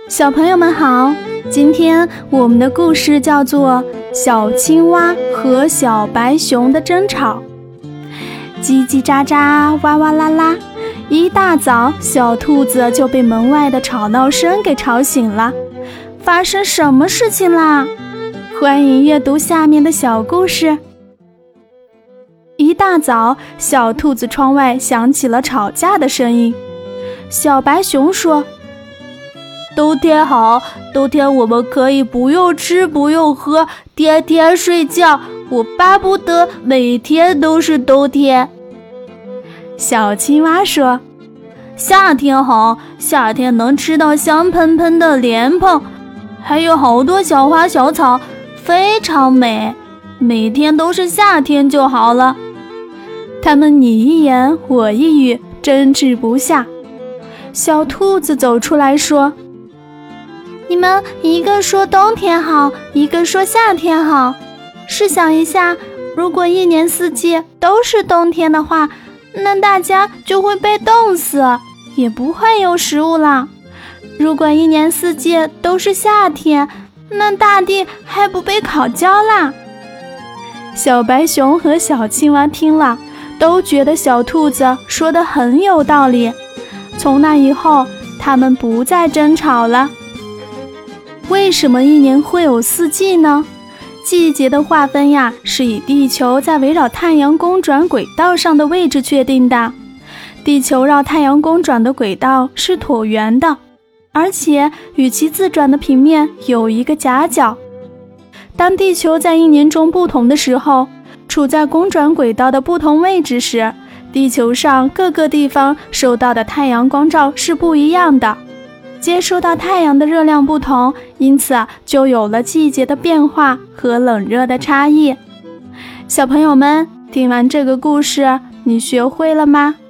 小朋友们好，今天我们的故事叫做小青蛙和小白熊的争吵。叽叽喳喳，哇哇啦啦，一大早小兔子就被门外的吵闹声给吵醒了。发生什么事情啦？欢迎阅读下面的小故事。一大早，小兔子窗外响起了吵架的声音。小白熊说，冬天好，冬天我们可以不用吃不用喝，天天睡觉，我巴不得每天都是冬天。小青蛙说，夏天好，夏天能吃到香喷喷的莲蓬，还有好多小花小草，非常美，每天都是夏天就好了。他们你一言我一语，争执不下。小兔子走出来说，你们一个说冬天好，一个说夏天好。试想一下，如果一年四季都是冬天的话，那大家就会被冻死，也不会有食物了。如果一年四季都是夏天，那大地还不被烤焦啦。小白熊和小青蛙听了，都觉得小兔子说得很有道理。从那以后，他们不再争吵了。为什么一年会有四季呢？季节的划分呀，是以地球在围绕太阳公转轨道上的位置确定的。地球绕太阳公转的轨道是椭圆的，而且与其自转的平面有一个夹角。当地球在一年中不同的时候，处在公转轨道的不同位置时，地球上各个地方受到的太阳光照是不一样的，接收到太阳的热量不同，因此就有了季节的变化和冷热的差异。小朋友们，听完这个故事，你学会了吗？